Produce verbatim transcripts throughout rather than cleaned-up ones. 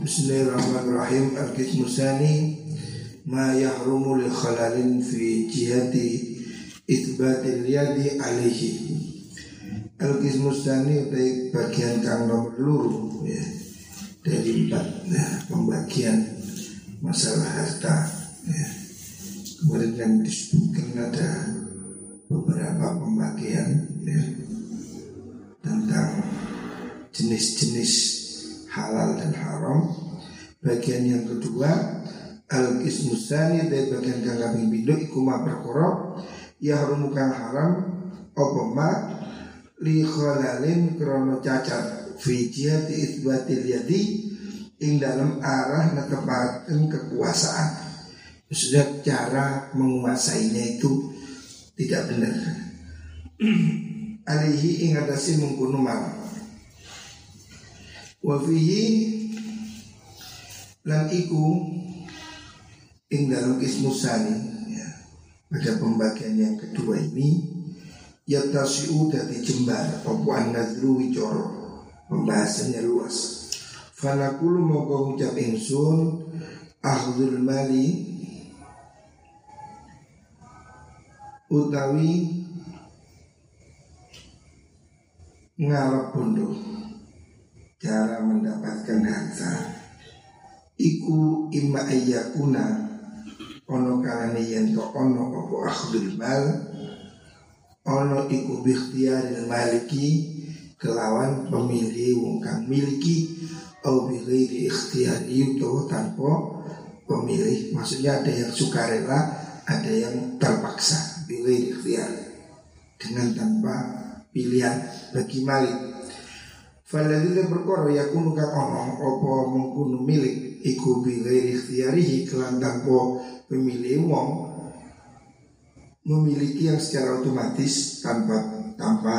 Bismillahirrahmanirrahim. Al-qismu tsani ma yahrumu li khalalin fi jihati itsbatil yadi alaihi. Al-qismu tsani utai bagian kang nomor loro ya, dari empat nah, pembagian masalah harta ya. Kemudian yang disebutkan ada beberapa pembagian ya, tentang jenis-jenis halal dan haram. Bagian yang kedua al-qismu tsani dari bagian kang kaping pindho iku ma perkara ya harum kang haram apa ma li khalalin krana cacat fi jihati itsbatil yadi ing dalam arah netepaken kekuasaan. Sudah cara menguasainya itu tidak benar. Alaihi ing atase mengkono mal. Wa fihi lan iku ing dalam qismu tsani ya, pada pembagian yang kedua ini yatasiu dadi jembar apa an-nadru wicara, pembahasannya luas. Fanaqulu moko ngucap ingsun akhdul mali utawi ngarep bondo, cara mendapatkan harta iku imma ayyakuna ono kalane yen to ono apa akhdul mal ono iku bi ikhtiyaril maliki kelawan pemilih wong kang miliki au bi ghairi ikhtiyari utawa tanpa pemilih. Maksudnya ada yang sukarela, ada yang terpaksa bi ghairi ikhtiyar, dengan tanpa pilihan bagi malik. Faladina perkara yakunu kang ono apa mengkono milik iku bi ghairi ikhtiyarihi kelan tanpa pemilih wong, memiliki yang secara otomatis tanpa tanpa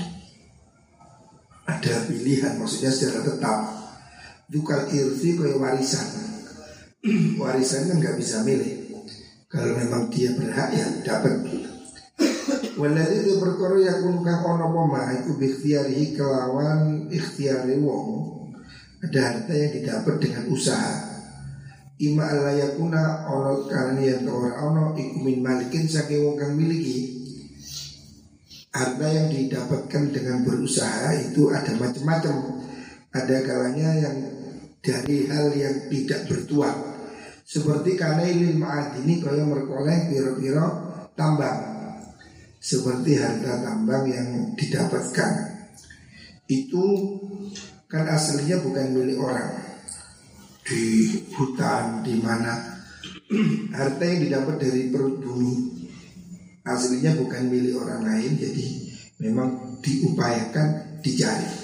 ada pilihan, maksudnya secara tetap. Dukal irfi kaya warisan. Warisan kan nggak bisa milih. Kalau memang dia berhak ya dapat. Waladhi itu perkara yakun kang ono poma iku bi ikhtiyarihi kelawan ikhtiyari wong. Ada harta yang didapat dengan usaha. Ima alla yakuna ono karena yang ora ono iku min malikin saking wong kang miliki. Harta yang didapatkan dengan berusaha itu ada macam-macam. Ada kalanya yang dari hal yang tidak bertuan, seperti kanailil ma'adini kaya merkoleh piro-piro tambang, seperti harta tambang yang didapatkan. Itu kan aslinya bukan milik orang. Di hutan di mana harta yang didapat dari perut bumi aslinya bukan milik orang lain, jadi memang diupayakan dicari.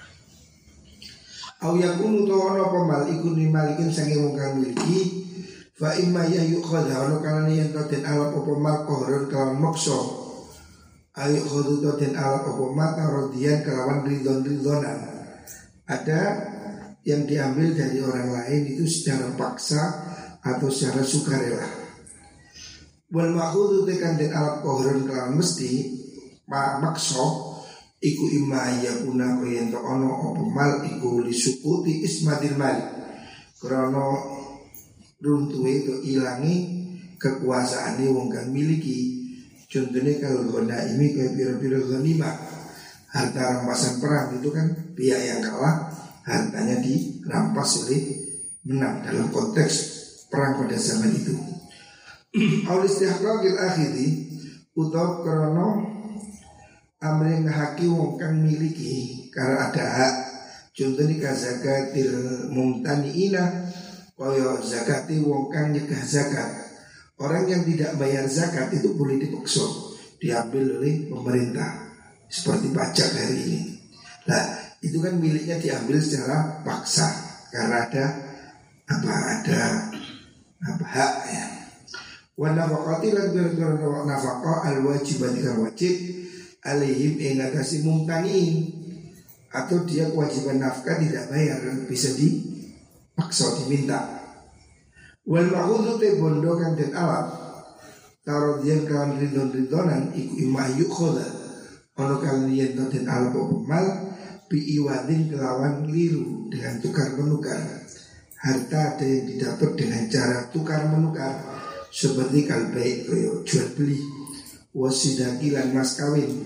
Au yakunu to ono pemal iku nimalikin sange wong kang miliki fa imma ya yukhadha ono kalane yen to den alap apa mal kohron kelawan mokso ayo khodu to den alap apa mata rodian kelawan ridon-ridonan. Ada yang diambil dari orang lain itu secara paksa atau secara sukarela. Wal ma'khudhu tekan den alap kohron kelawan mesti ma makso iku imma yakuna yen to ono apa mal iku lisukuti ismatil mali krana runtuhe to ilangi kekuasaane wong kang miliki. Contohnya kalau gona ini kayak pira-pira ghanimah, harta rampasan perang itu kan pihak yang kalah hartanya dirampas oleh menang dalam konteks perang pada zaman itu. Al istihqaqil akhiri utawa krana amring haki wong kang miliki karena ada hak. Contohnya ka zakatil mumtaniina kaya zakati wong kang nyegah zakat. Orang yang tidak bayar zakat itu boleh dipaksa diambil oleh pemerintah, seperti pajak hari ini. Nah, itu kan miliknya diambil secara paksa karena ada apa ada apa hak ya. Wa nafaqati lan bir-bir nafaqah al-wajibati kang wajib alaihim ing atase mumtaniin, atau dia kewajiban nafkah tidak bayar bisa dipaksa diminta. Wal ma'khudhu te bondo kang den alat tarodian kawan ridon-ridonan iku imma yukhadha ono kang yen den alat apa mal bi iwadin kelawan liru dengan tukar menukar. harta ada yang didapat dengan cara tukar menukar seperti kalbai koyo jual beli, wasidaki lan mas kawin,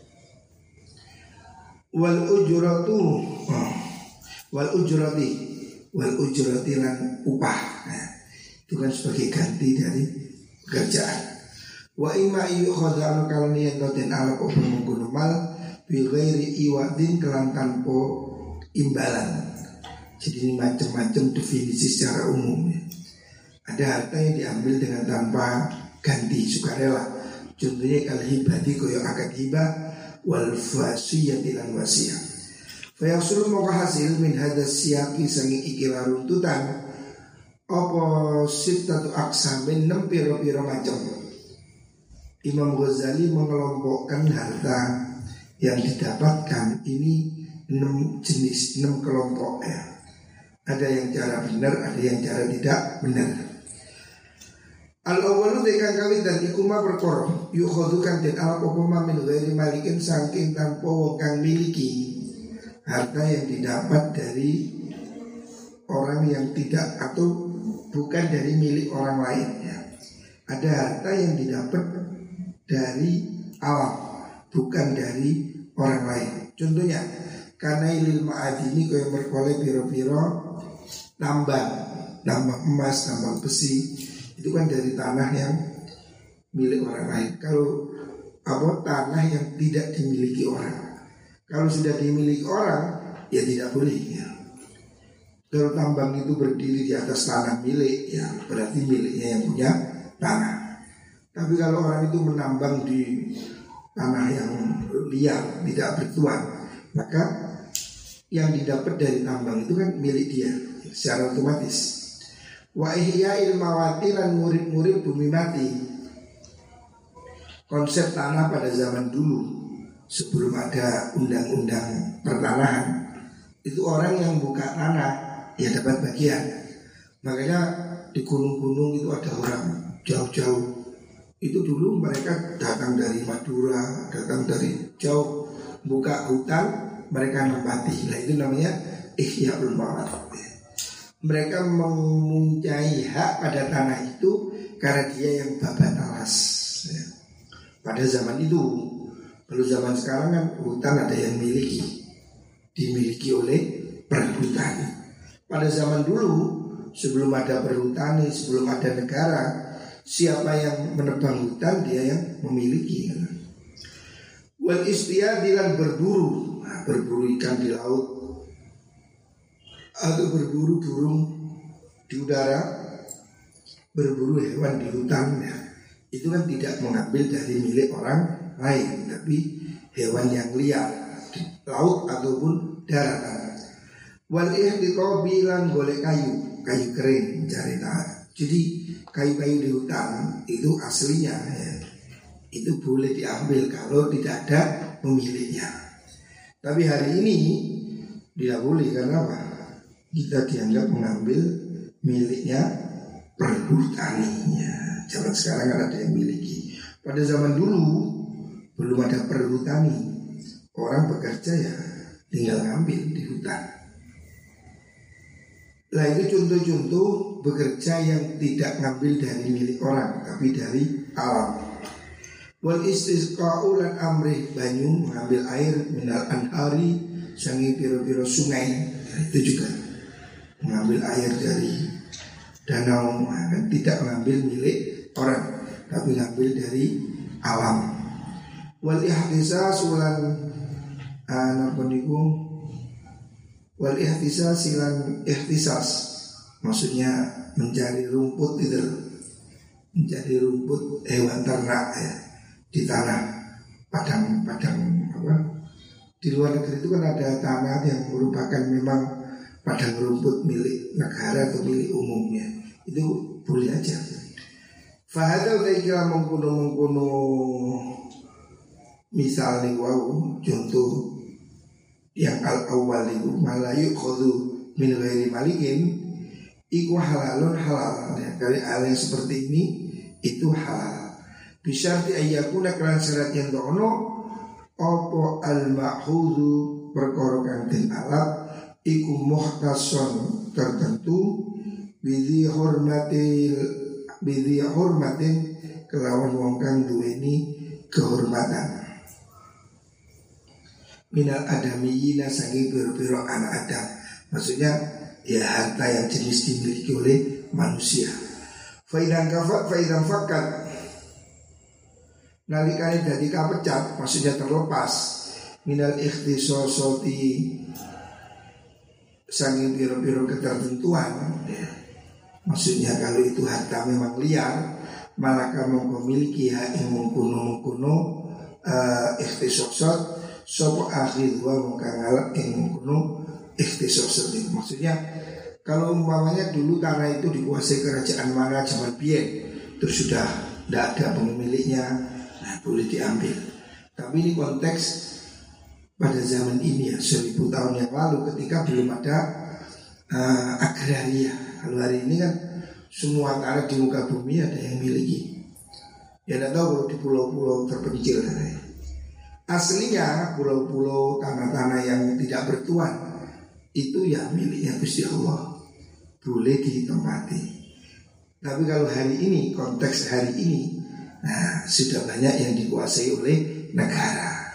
wal ujratu oh, wal ujrati wal ujrati lan upah. Nah, itu kan sebagai ganti dari pekerjaan. Wa imma yukhadha kalau niyan den ala apa mengkono mal bi ghairi iwadin kelan tanpa imbalan. Jadi ini macam-macam definisi secara umum. Ada harta yang diambil dengan tanpa ganti, sukarela. Contohnya kal hibati koyo akad hibah wal fasiyati lan wasiyah. Fa yasulu maka hasil min hadas siyaki sangi ikilah runtutan apa sittatu aqsamin enam piro-piro macam. Imam Ghazali mengelompokkan harta yang didapatkan ini enam jenis, enam kelompok ya. Ada yang cara benar, ada yang cara tidak benar. Al-awwalu tekan kawin dan ikuma perkara yukhadukan den ala popoma min ghairi malikin saking tanpa wong kang miliki. Harta yang didapat dari orang yang tidak atau bukan dari milik orang lain ya. Ada harta yang didapat dari alam, bukan dari orang lain. Contohnya karena ilil ma'adini kaya merkole piro-piro tambang, tambang emas, tambang besi, itu kan dari tanah yang milik orang lain. Kalau apa tanah yang tidak dimiliki orang, kalau sudah dimiliki orang ya tidak boleh ya. Kalau tambang itu berdiri di atas tanah milik ya berarti miliknya yang punya tanah. Tapi kalau orang itu menambang di tanah yang liar tidak bertuan, maka yang didapat dari tambang itu kan milik dia secara otomatis. Wa ihya'il mawati lan murid-murid bumi mati. Konsep tanah pada zaman dulu sebelum ada undang-undang pertanahan, itu orang yang buka tanah ya dapat bagian. Makanya di gunung-gunung itu ada orang jauh-jauh. Itu dulu mereka datang dari Madura, datang dari jauh, buka hutan, mereka nempati. Nah itu namanya ihya'ul mawat. Mereka memuncai hak pada tanah itu karena dia yang babat alas ya. Pada zaman itu, kalau zaman sekarang kan hutan ada yang miliki, dimiliki oleh perhutani. Pada zaman dulu, sebelum ada perhutani, sebelum ada negara, siapa yang menebang hutan dia yang memiliki. Wal istiyadilan berburu, nah, berburu ikan di laut atau berburu burung di udara, berburu hewan di hutan ya. Itu kan tidak mengambil dari milik orang lain, tapi hewan yang liar di laut ataupun darat. Wal ihtiqabi lan golek kayu, kayu kering mencari tahan. Jadi kayu-kayu di hutan itu aslinya ya, itu boleh diambil kalau tidak ada pemiliknya. Tapi hari ini tidak boleh karena apa? Kita dianggap mengambil miliknya perhutaninya. Zaman sekarang kan ada yang miliki. Pada zaman dulu belum ada perhutani, orang bekerja ya tinggal ngambil di hutan. Nah itu contoh-contoh bekerja yang tidak ngambil dari milik orang, tapi dari alam. Wal istisqa'u lan amrih banyu mengambil air minal anhari sangi piro-piro sungai. Nah, itu juga mengambil air dari danau, kan tidak mengambil milik orang, tapi mengambil dari alam. Wal ihtisas ulan napa niku wal ihtisas silan ihtisas maksudnya mencari rumput itu, mencari rumput hewan ternak ya, di tanah padang-padang apa di luar negeri itu kan ada tanah yang merupakan memang padang rumput milik negara atau milik umumnya, itu boleh aja. Fahadal kira mengkuno-mengkuno misal nih wow contoh yang al-awwal itu malayu khodu min ghairi malikin iku halalun halal ya, dari hal yang seperti ini itu halal. Bisa diayakuna kelan syarat yang dono opo al-ma'khudhu perkara kang den alat iku muhtason tertentu bidhi hormatil bidhi hormatin kelawan wong kang duweni kehormatan minal adamiyina sangi biro-biro anak Adam. Maksudnya ya harta yang jenis dimiliki oleh manusia. Faidan kafat faidan fakat nalikane dadi kapecat, maksudnya terlepas minal ikhtisosoti sangi biro-biro ketertentuan ya. Maksudnya kalau itu harta memang liar, malah kamu memiliki hak yang mengkuno-mengkuno uh, ikhtisosot sopo akhir dua mengkangal yang mengkuno ikhtisosot. Maksudnya kalau umpamanya dulu tanah itu dikuasai kerajaan mana zaman biyen, terus sudah tidak ada pemiliknya, nah boleh diambil. Tapi ini konteks pada zaman ini ya, seribu tahun yang lalu ketika belum ada uh, agraria. Kalau hari ini kan semua tanah di muka bumi ada yang miliki. Ya tidak tahu kalau di pulau-pulau terpencil. Aslinya pulau-pulau tanah-tanah yang tidak bertuan itu ya miliknya Gusti Allah, boleh ditempati. Tapi kalau hari ini, konteks hari ini, nah sudah banyak yang dikuasai oleh negara.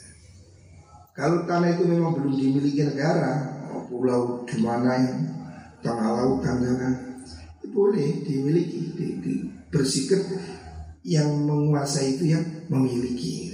Kalau tanah itu memang belum dimiliki negara, pulau di mana yang tengah lautan kan, boleh dimiliki, di, dibersihkan. Yang menguasai itu yang memiliki,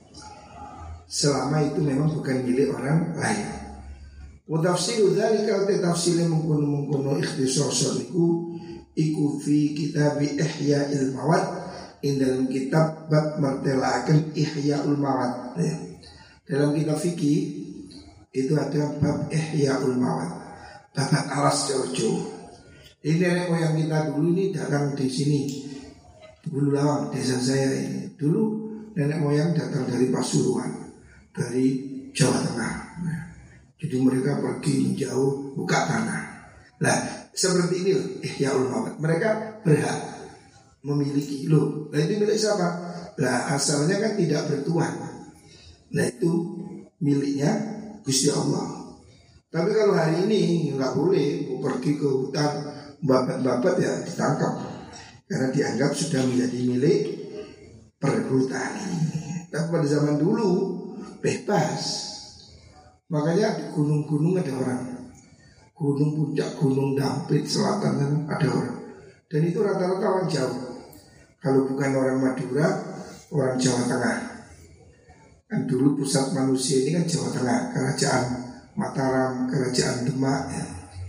selama itu memang bukan milik orang lain. Wa tafsiru dzalika wa tafsilu mungkunu-mungkunu ikhtisas iku iku fi kitab Ihya'il Mawad, in dalam kitab bab martelaaken Ihya'ul Mawad. Dalam kitab fikih itu ada bab Ihya'ul Mawad, bab alas Jojo. Ini nenek moyang kita dulu ini datang di sini Bulu Lawang, desa saya ini. Dulu nenek moyang datang dari Pasuruan, dari Jawa Tengah. Nah, jadi mereka pergi menjauh buka tanah. Nah seperti ini Ihya'ul Mawad. Mereka berhak memiliki. Loh, nah itu milik siapa? Nah asalnya kan tidak bertuan. Nah itu miliknya Gusti Allah. Tapi kalau hari ini nggak boleh, mau pergi ke hutan babat-babat ya ditangkap, karena dianggap sudah menjadi milik perhutani. Tapi pada zaman dulu bebas. Makanya di gunung-gunung ada orang, gunung puncak, gunung Dampit selatan ada orang. Dan itu rata-rata orang Jawa. Kalau bukan orang Madura, orang Jawa Tengah. Kan dulu pusat manusia ini kan Jawa Tengah, kerajaan Mataram, kerajaan Demak ya.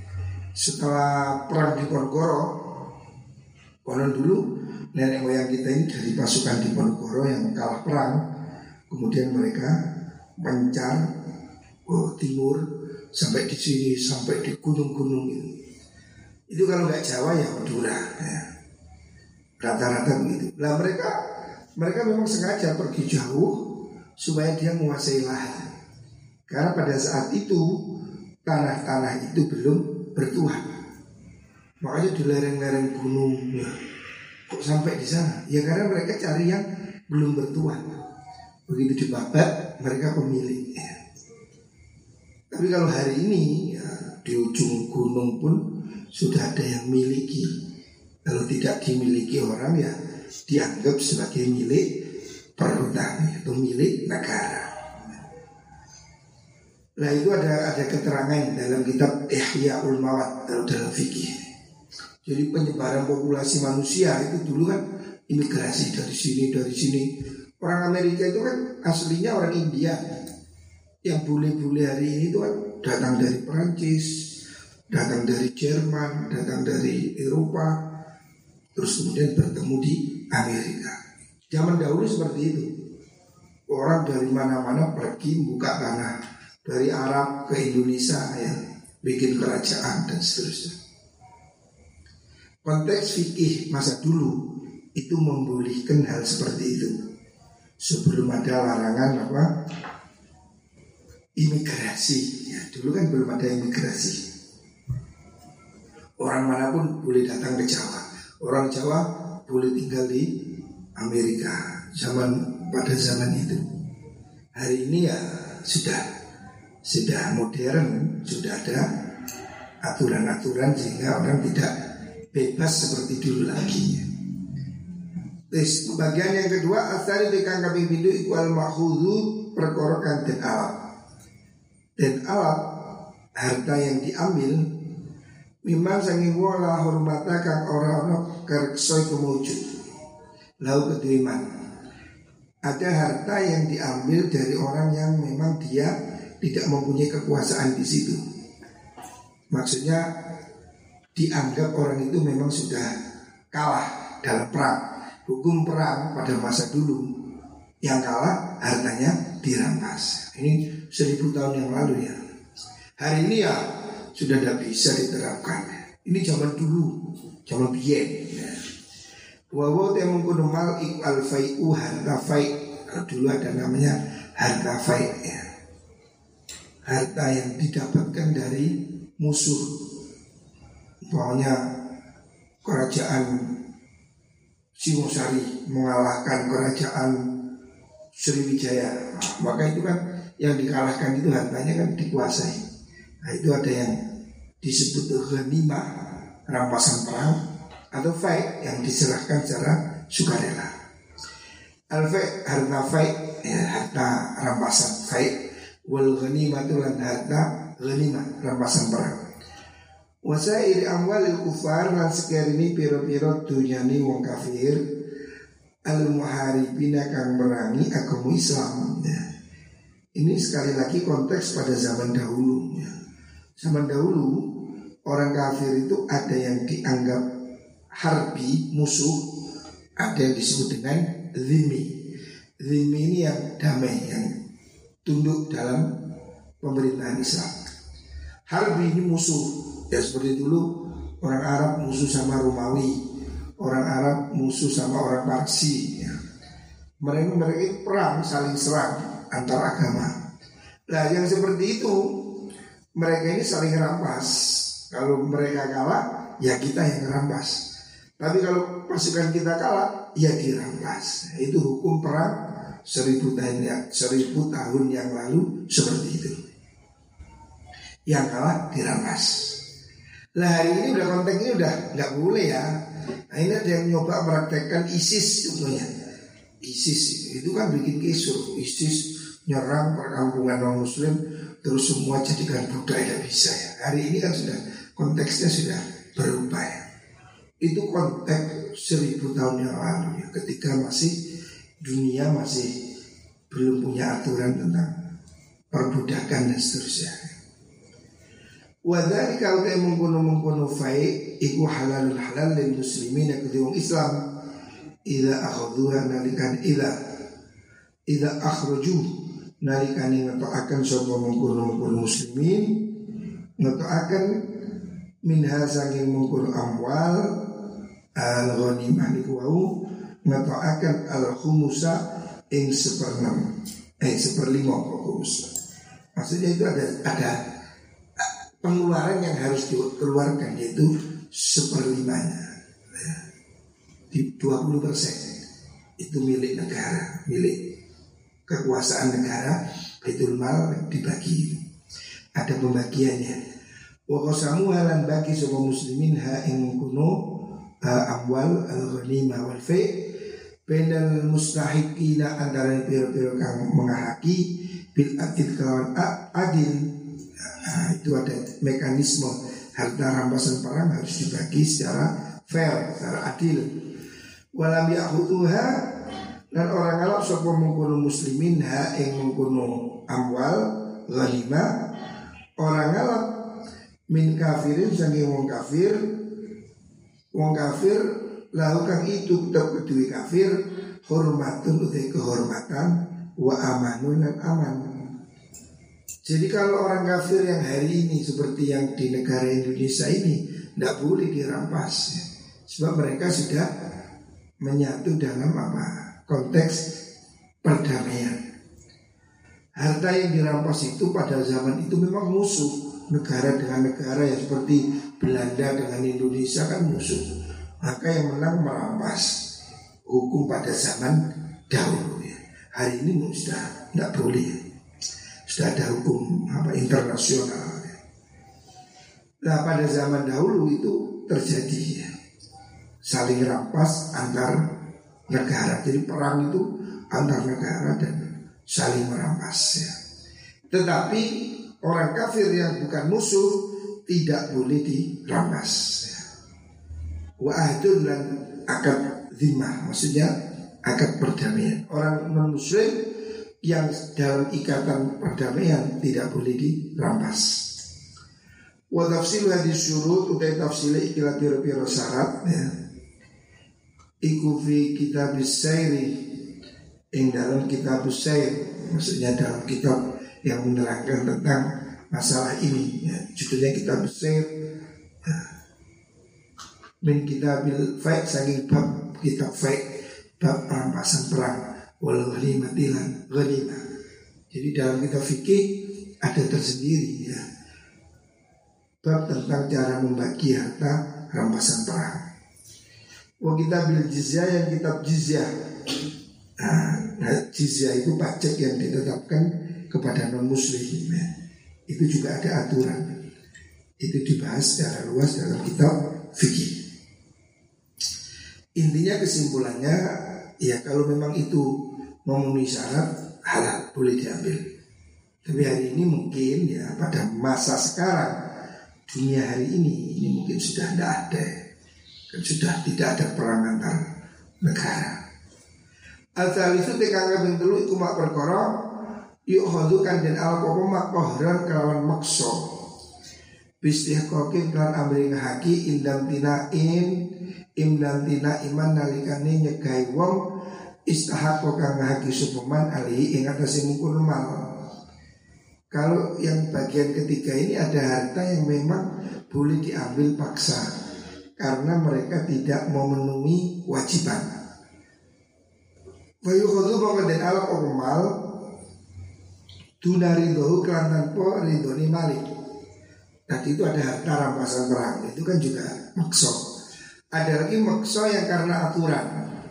Setelah perang di Ponorogo, konon dulu nenek moyang kita ini dari pasukan di Ponorogo yang kalah perang, kemudian mereka mencar ke timur sampai di sini, sampai di gunung-gunung itu. Itu kalau nggak Jawa ya Madura ya. Rata-rata begitu. Nah mereka mereka memang sengaja pergi jauh supaya dia menguasai lahan. Karena pada saat itu tanah-tanah itu belum bertuan. Makanya di lereng-lereng gunung ya, kok sampai di sana? Ya karena mereka cari yang belum bertuan. Begitu dibabat mereka pemilik ya. Tapi kalau hari ini ya, di ujung gunung pun sudah ada yang miliki. Kalau tidak dimiliki orang ya dianggap sebagai milik perhutani atau milik negara. Nah itu ada ada keterangan dalam kitab Ihya'ul Mawad dalam fikih. Jadi penyebaran populasi manusia itu dulu kan imigrasi dari sini dari sini. Orang Amerika itu kan aslinya orang India. Yang bule-bule hari ini itu kan datang dari Perancis, datang dari Jerman, datang dari Eropa, terus kemudian bertemu di Amerika. Zaman dahulu seperti itu. Orang dari mana-mana pergi membuka tanah, dari Arab ke Indonesia ya, bikin kerajaan dan seterusnya. Konteks fikih masa dulu itu membolehkan hal seperti itu. Sebelum ada larangan apa? Imigrasi ya, dulu kan belum ada imigrasi. Orang manapun boleh datang ke Jawa. Orang Jawa boleh tinggal di Amerika zaman pada zaman itu. Hari ini ya sudah sudah modern, sudah ada aturan-aturan sehingga orang tidak bebas seperti dulu lagi. Terus bagian yang kedua, asari tekan kaping pindu iku al makhudhu perkara kang den alap. Den alap harta yang diambil memang sanging wala hormata kang ora ana kersa iku mujud. Lau kediriman. Ada harta yang diambil dari orang yang memang dia tidak mempunyai kekuasaan di situ. Maksudnya dianggap orang itu memang sudah kalah dalam perang. Hukum perang pada masa dulu, yang kalah hartanya dirampas. Ini seribu tahun yang lalu ya. Hari ini ya sudah tidak bisa diterapkan. Ini zaman dulu, zaman biyen ya. Wawo temung kudu mal iku al-fai'u harta fai'. Dulu ada namanya harta fai' ya. Harta yang didapatkan dari musuh. Pokoknya kerajaan Singosari mengalahkan kerajaan Sriwijaya. Nah, maka itu kan yang dikalahkan itu hartanya kan dikuasai. Nah itu ada yang disebut ghanimah, rampasan perang, atau fai' yang diserahkan secara sukarela. Al-fai' harta fai' ya, harta rampasan fai'. Wal ghanimah itu lan harta ghanimah rampasan perang. Wasairi amwalil kufar lan sekerini piro-piro dunyani wong kafir al-muharibina kang merangi agama Islam ya. Ini sekali lagi konteks pada zaman dahulu ya. Zaman dahulu orang kafir itu ada yang dianggap harbi, musuh, ada yang disebut dengan zimmi. Zimmi ini yang damai, yang tunduk dalam pemerintahan Islam. Harbi ini musuh, ya seperti dulu orang Arab musuh sama Romawi, orang Arab musuh sama orang Parsi ya. Mereka mereka perang saling serang antar agama. Nah yang seperti itu mereka ini saling rampas. Kalau mereka kalah ya kita yang rampas. Tapi kalau pasukan kita kalah ya dirampas. Itu hukum perang seribu tahun ya, seribu tahun yang lalu seperti itu. Yang kalah dirampas. Lah hari ini udah konteksnya udah nggak boleh ya. Nah ini ada yang nyoba meraktekkan ISIS contohnya. ISIS itu kan bikin kisruh. ISIS nyerang perkampungan non muslim terus semua jadikan budak, tidak bisa ya. Hari ini kan sudah konteksnya sudah berubah ya. Itu konteks seribu tahun yang lalu ya, ketika masih dunia masih belum punya aturan tentang perbudakan dan seterusnya. Wadari kau teh mengkono mengkono fai iku halalul halal lil muslimin kedhi wong Islam ida akhadhuha nalikan ila ida akhruju nalikan ngetoaken sapa mengkono mengkono muslimin ngetoaken minha saking mengkono amwal al ghanimah niku wau ngetoaken al khumusa ing seperenam eh seperlima khumus. Maksudnya itu ada ada pengeluaran yang harus dikeluarkan yaitu seperlimanya ya. Di dua puluh persen itu milik negara, milik kekuasaan negara, baitul mal dibagi. Ada pembagiannya. Wa qasamu halan bagi semua muslimin ha ing kuno amwal al-ghanimah wal fi' bainal mustahiqina antara piro-piro kang mengahaki bil adil kawan adil. Nah, itu ada mekanisme harta rampasan perang harus dibagi secara fair, secara adil. Walam ya'khuduha dan orang Arab sapa mengkono muslimin ha ing mengkono amwal ghanimah orang Arab min kafirin saking wong kafir wong kafir lahu kang itu tetap kedue kafir hormatun utai kehormatan wa amanun dan aman. Jadi kalau orang kafir yang hari ini seperti yang di negara Indonesia ini tidak boleh dirampas ya. Sebab mereka sudah menyatu dalam apa konteks perdamaian. Harta yang dirampas itu pada zaman itu memang musuh. Negara dengan negara yang seperti Belanda dengan Indonesia kan musuh. Maka yang menang merampas. Hukum pada zaman dahulu ya. Hari ini sudah tidak boleh ya. Sudah ada hukum apa internasional. Nah pada zaman dahulu itu terjadi ya, saling rampas antar negara. Jadi perang itu antar negara dan saling merampas ya. Tetapi orang kafir yang bukan musuh tidak boleh dirampas ya. Wa ahdun dan akad zimah, maksudnya akad perdamaian. Orang non muslim yang dalam ikatan perdamaian tidak boleh dirampas. Wa tafsil hadis syurut utai tafsile ikilah piro-piro syarat ya. Iku fi kitabis sairi, ing dalam kitabus sair, maksudnya dalam kitab yang menerangkan tentang masalah ini ya. Judulnya kitabus sair ya. Min kitabil faik, saking bab kitab faik, bab perampasan perang wal ghanimatilan ghanimah. Jadi dalam kitab fikih ada tersendiri ya, bab tentang cara membagi harta rampasan perang. Wa kitabil jizyah, yang kitab jizyah. Nah, jizyah itu pajak yang ditetapkan kepada non muslim ya. Itu juga ada aturan. Itu dibahas secara luas dalam kitab fikih. Intinya kesimpulannya ya, kalau memang itu memenuhi syarat halal, boleh diambil. Tapi hari ini mungkin ya, pada masa sekarang, dunia hari ini ini mungkin sudah tidak ada, kan sudah tidak ada perang antar negara. Al-Thalithu tekang kaping telu iku mak perkara yuk khudukan dan al-qopo mak kohran kelawan makso bistihqaqin kan amri ngahaki indam tinain imdam tina iman nalikane nyegai wong istahaqo kang ngahaki supeman alihi ing atase mungkul mal. Kalau yang bagian ketiga ini ada harta yang memang boleh diambil paksa karena mereka tidak memenuhi wajiban. Wa yukhadhu ba'dan al-qurmal dunaridohu kelantan po ridhoni malik. Tadi itu ada harta rampasan perang, itu kan juga makso. Ada lagi makso yang karena aturan,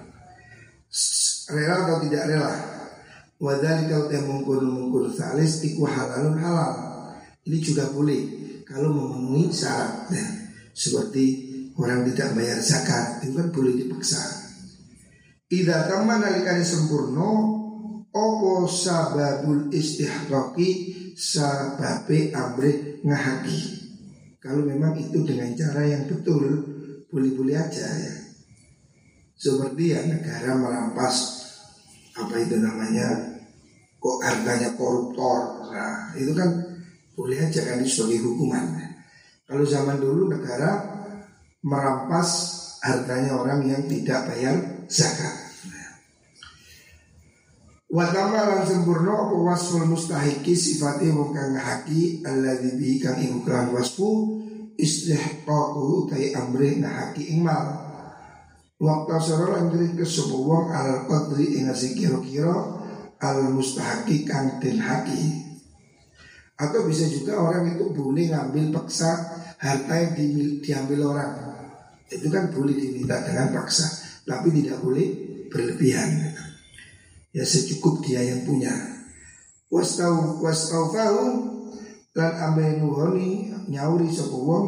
rela atau tidak rela. Wadhalika utai mungkul-mungkul salis iku halalun halal. Ini juga boleh kalau memenuhi syarat ya. Seperti orang tidak bayar zakat, itu kan boleh dipaksa. Idza tamma nalikane sempurna opo sababul istihqaqi, sababe amrih ngahaki. Kalau memang itu dengan cara yang betul, boleh-boleh aja ya. Seperti ya negara merampas apa itu namanya, kok hartanya koruptor, nah itu kan boleh aja kan sebagai hukuman. Kalau zaman dulu negara merampas hartanya orang yang tidak bayar zakat. Wa tamalan sempurna apa wasful mustahiki sifati wong kang ngahaki alladzi bihi kang iku kan wasfu istihqaqu kai amri ngahaki ing mal. Waktu soro lan ngring kesopo wong al qadri ing kira-kira al mustahiki kang den haki. Atau bisa juga orang itu boleh ngambil paksa harta yang di, diambil orang. Itu kan boleh diminta dengan paksa, tapi tidak boleh berlebihan. Ya secukup dia yang punya. Wastau wastaufahu lan ambe nuhoni nyauri sapa wong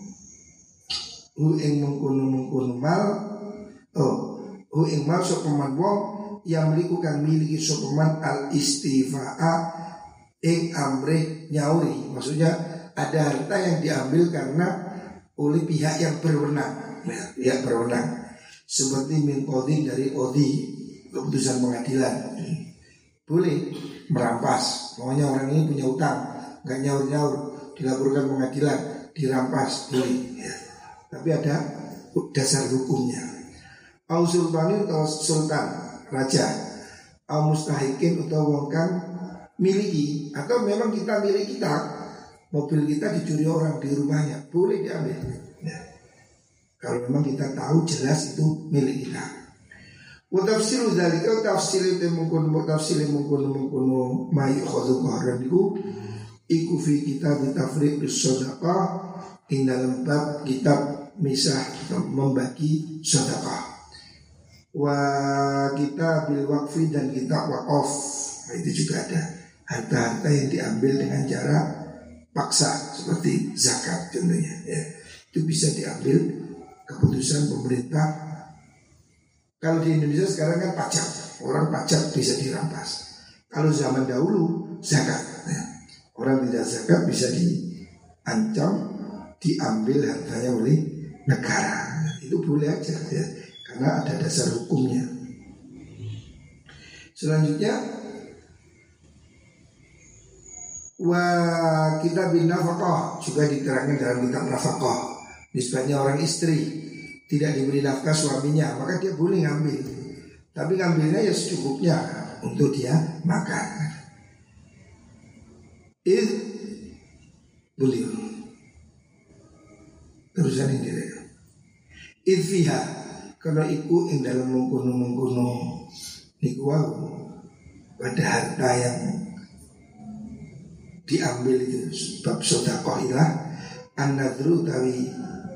hu ing mengkono-mengkono mal. Oh, hu ing mal sapa man wong yang miliku kang miliki sapa man al istifa'a ing amre nyauri. Maksudnya ada harta yang diambil karena oleh pihak yang berwenang, pihak berwenang. Seperti min qadhi dari qadhi, keputusan pengadilan. Boleh merampas. Pokoknya orang ini punya utang, enggak nyaur-nyaur, dilaporkan pengadilan, dirampas, boleh ya. Tapi ada dasar hukumnya. Au sultanin atau sultan, raja. Au mustahikin atau wong kang miliki, atau memang kita milik kita, mobil kita dicuri orang di rumahnya, boleh diambil ya. Kalau memang kita tahu jelas itu milik kita. Wa tafsiru dzalika tafsir temungkun tafsir mungkun mungkun mayu khadhu qahran iku iku fi kitab tafriq bis-shadaqah, ing dalam bab kitab misah membagi sedekah. Wa kita bil waqfi dan kita waqaf. Itu juga ada harta-harta yang diambil dengan cara paksa seperti zakat contohnya ya. Itu bisa diambil keputusan pemerintah. Kalau di Indonesia sekarang kan pajak, orang pajak bisa dirampas. Kalau zaman dahulu zakat ya. Orang tidak zakat bisa diancam, diambil hartanya oleh negara. Itu boleh aja ya, karena ada dasar hukumnya. Selanjutnya wa kitab bin nafaqah juga diterangkan dalam kitab nafaqah. Nisbatnya orang istri tidak diberi nafkah suaminya, maka dia boleh ngambil. Tapi ngambilnya ya secukupnya untuk dia makan. It boleh. Terusan ini dia. It fiha kalau iku ing dalam mengkuno-mengkuno niku wau pada harta yang diambil itu sebab sedekah ilah an-nadru tawi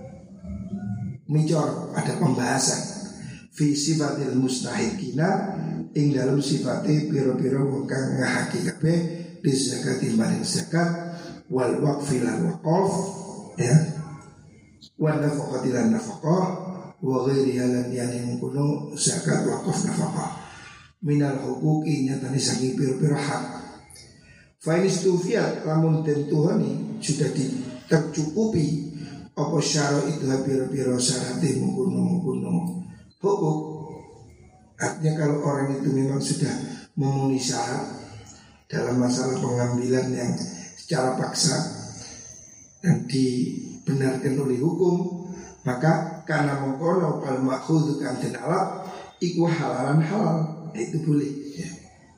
micor ada pembahasan fi sifatil mustahikina ing dalam sifatnya piro-piro wong kang ngahaki kabeh di zakat maring zakat wal waqfi lan waqaf ya wa nafaqati lan nafaqah wa ghairiha lan yani kuno zakat waqaf nafaqah minal huquqi nyatane saking piro-piro hak fa istufiat lamun tentuhani sudah tercukupi apa syarat itu piro-piro syaratnya mengkuno-mengkuno hukuk. Artinya kalau orang itu memang sudah memenuhi syarat dalam masalah pengambilan yang secara paksa dan dibenarkan oleh hukum, maka karena mengkono pal makhudhu kan den alat iku halalan halal, itu boleh ya.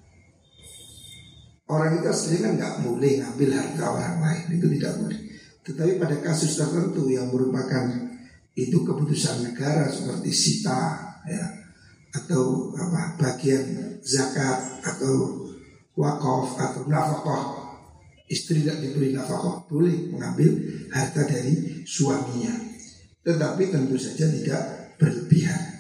Orang itu aslinya kan nggak boleh ngambil harta orang lain, itu tidak boleh. Tetapi pada kasus tertentu yang merupakan itu keputusan negara seperti sita ya, atau apa bagian zakat atau wakaf atau nafkah, istri tidak diberi nafkah boleh mengambil harta dari suaminya, tetapi tentu saja tidak berlebihan.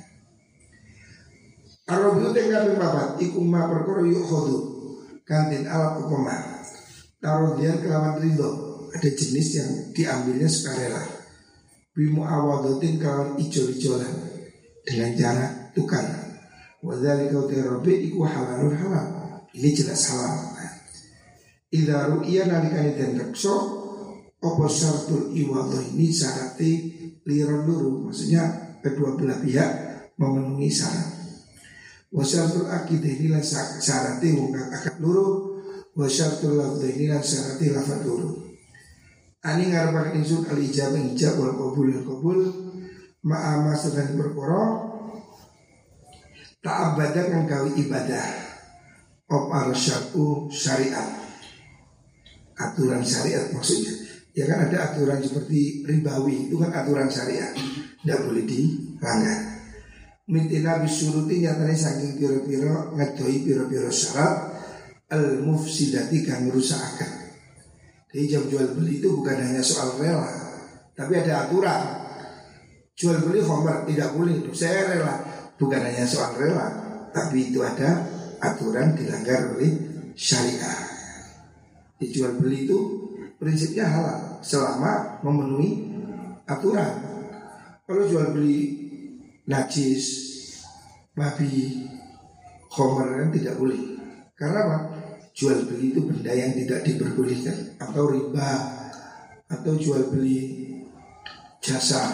Arabiu tengah berpapat ikum ma perkara yukhadu kantin alat ukoma taruh dia kelawan ridho. Ada jenis yang diambilnya sukarela bimu awadatin kawan ijol-ijolan dengan cara tukar. Wadzalika uterobe iku halalun halal. Ini jelas halal. Idza ru'iya nalikane den rekso apa syaratul iwadhah ini syarate liron luru, maksudnya kedua belah pihak memenuhi syarat. Wa syaratul aqidah ini lan syarate wong kang akad luru, wa syaratul lafdh ini lan syarate lafadz luru. Ani ngarepan insun al ijab ijab wal qabul al qabul ma'ama sedang perkara ta'abbada kang gawe ibadah op al syar'u syariat, aturan syariat maksudnya. Ya kan ada aturan seperti ribawi, itu kan aturan syariat, tidak boleh dilanggar. Mintina bisuruti nyatanya saking piro-piro ngedoi piro-piro syarat al mufsidati kang merusak akad. Jadi jam jual beli itu bukan hanya soal rela, tapi ada aturan. Jual beli homer tidak boleh, saya rela, bukan hanya soal rela, tapi itu ada aturan dilanggar oleh syariah. Di jual beli itu prinsipnya halal selama memenuhi aturan. Kalau jual beli najis, babi, homer kan tidak boleh. Karena apa? Jual beli itu benda yang tidak diperbolehkan, atau riba, atau jual beli jasa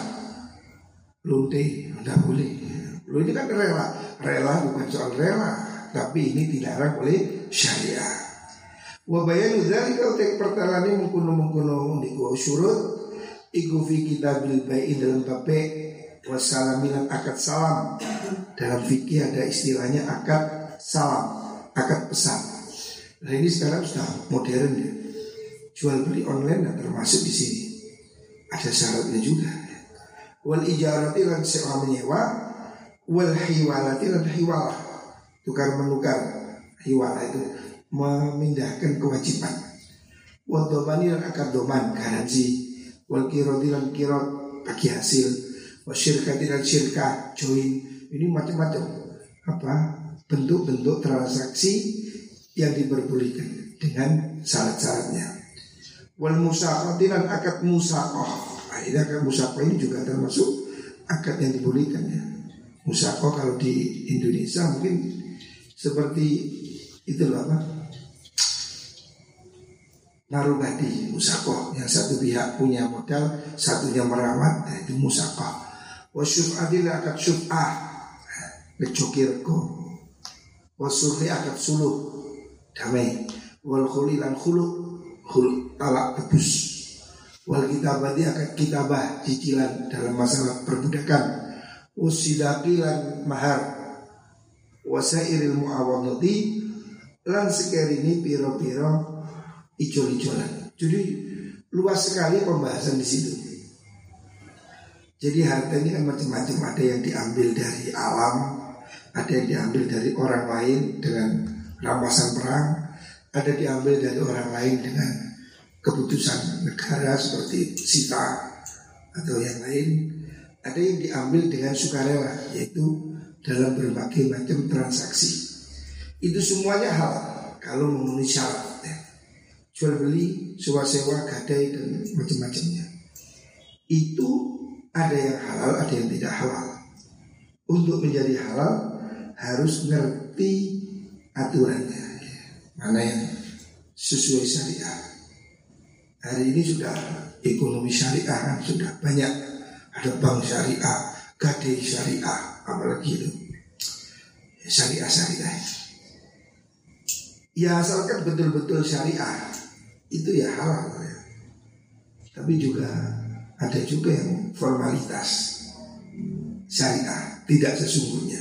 lonte tidak boleh. Lo ini kan rela, rela bukan soal rela, tapi ini dilarang oleh syariah. Wabayanu dzalika utek pertalane mengkuno-mengkuno niku syurut iku fi kitabil bai'in dalam bab wassalamilan akad salam. Dalam fikih ada istilahnya akad salam, akad pesan. Nah ini sekarang sudah modern ya. Jual beli online termasuk di sini. Ada syaratnya juga. Wal ijarati lan sewa menyewa, wal hiwalati lan hiwalah, tukar menukar. Hiwalah itu memindahkan kewajiban. Wal domani lan akad doman, garansi. Wal kiroti lan kirot bagi hasil. Wal syirkati lan syirkah, join. Ini macam-macam apa bentuk-bentuk transaksi yang diperbolehkan dengan syarat-syaratnya. Wal musaqati lan akad musaqah. Nah, ini akad musaqah ini juga termasuk akad yang dibolehkan ya. Musaqah kalau di Indonesia mungkin seperti itu loh apa? Naruh gadi musaqah, yang satu pihak punya modal, satunya merawat, nah itu musaqah. Wa syuf'ati la akad syuf'ah, ngejokirko. Wa sulhi akad suluh, damai. Wal khuli lan khulu, khul talak tebus. Wal kitabati akad kitabah, cicilan dalam masalah perbudakan. Usidaqi lan mahar. Wasairil mu'awadati lan sekerini piro-piro ijol-ijolan. Jadi luas sekali pembahasan di situ. Jadi harta ini kan macam-macam, ada yang diambil dari alam, ada yang diambil dari orang lain dengan rampasan perang, ada diambil dari orang lain dengan keputusan negara seperti sita atau yang lain, ada yang diambil dengan sukarela, yaitu dalam berbagai macam transaksi. Itu semuanya hal kalau memenuhi syarat ya. Jual beli, sewa sewa, gadai dan macam-macamnya. Itu ada yang halal, ada yang tidak halal. Untuk menjadi halal harus ngerti aturannya ya. Mana yang sesuai syariah. Hari ini sudah ekonomi syariah kan sudah banyak. Ada bank syariah, gadai syariah, apalagi itu syariah-syariah. Ya asalkan betul-betul syariah, itu ya halal ya. Tapi juga ada juga yang formalitas syariah, tidak sesungguhnya.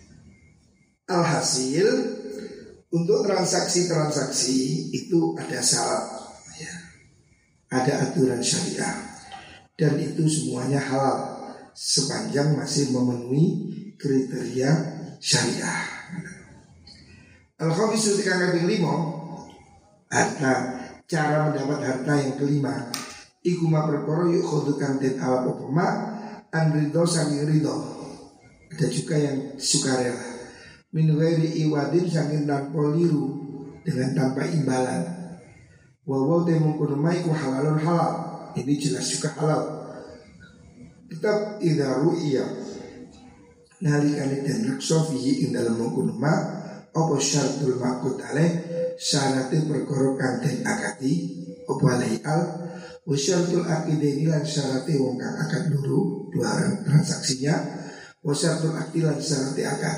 Alhasil untuk transaksi-transaksi itu ada syarat ya. Ada aturan syariah. Dan itu semuanya halal sepanjang masih memenuhi kriteria syariah. Al-khamisu tikang kaping lima, harta, cara mendapat harta yang kelima. Iku ma perkara yuk khodukan den ala popoma an ridho saking ridho. Ada juga yang sukarela. Min ghairi iwadin saking tanpa liru, dengan tanpa imbalan. Wawaw temung kunumai ku halalun halal. Ini jelas juga halal. Tetap idza ru'iya nalikane den reksa fihi ing dalem mengkono ma apa syaratul maqut alaih syarate perkara kang den akati apa alai al wa syaratul aqideni lan syarate wong kang akad loro dua transaksinya wa syaratul aqdi lan syarate akad.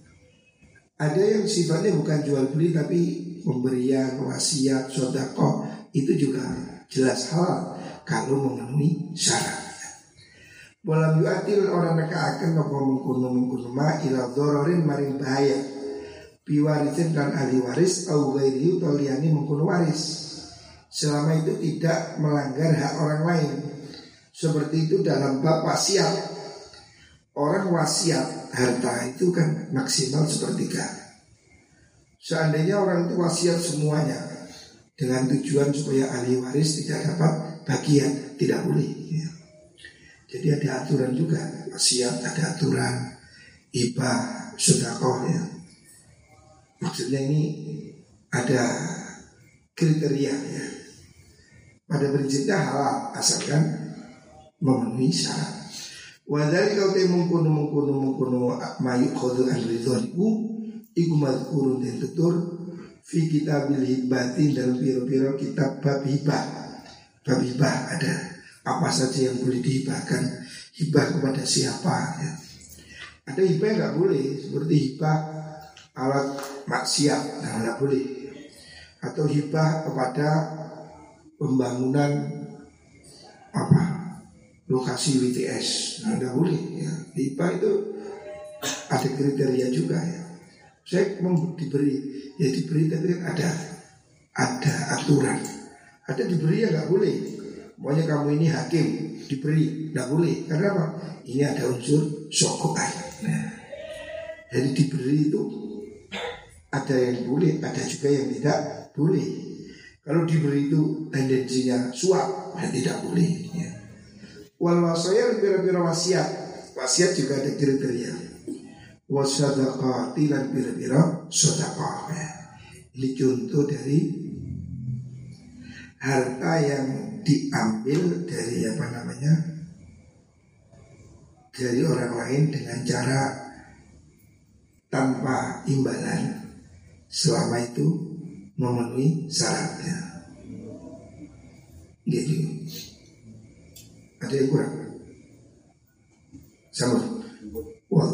Ada yang sifatnya bukan jual beli tapi pemberian, wasiat, sedekah, itu juga jelas halal kalau memenuhi syarat. Walam yu'atil orang mereka akan nopo mengkuno mengkuno ma ila dororin maring bahaya biwarisin dan ahli waris au ghairi toliani mengkuno waris selama itu tidak melanggar hak orang lain. Seperti itu dalam bab wasiat. Orang wasiat harta itu kan maksimal sepertiga. Seandainya orang itu wasiat semuanya dengan tujuan supaya ahli waris tidak dapat bagian, tidak boleh ya. Jadi ada aturan juga, wasiat ada aturan, hibah, sedekah ya. Maksudnya ini ada kriteria ya. Pada prinsipnya halal asalkan memenuhi syarat. Wadali kau temung kuno mengkuno mengkuno mayuk khodu al-ridhoniku iku mazkurun dan tutur fi kitabil hibbatin dalam piro-piro kitab bab hibah. Bab hibah ada apa saja yang boleh dihibahkan, hibah kepada siapa ya. Ada hibah yang gak boleh, seperti hibah alat maksiat, nah gak boleh. Atau hibah kepada pembangunan apa lokasi W T S, nah gak boleh ya. Hibah itu ada kriteria juga ya. Saya mau diberi, ya diberi tapi kan ada ada aturan. Ada diberi ya gak boleh. Pokoknya kamu ini hakim diberi, tidak boleh. Karena apa? Ini ada unsur sokokan. Nah, jadi diberi itu ada yang boleh, ada juga yang tidak boleh. Kalau diberi itu tendensinya suap, ya tidak boleh. Ya. Wal wasaya pira-pira wasiat, wasiat juga ada kriteria. Wasadaqah tilan pira-pira sedekah. Ini contoh dari harta yang diambil dari apa namanya dari orang lain dengan cara tanpa imbalan selama itu memenuhi syaratnya. Gitu. Ada yang kurang? Sama. Wah.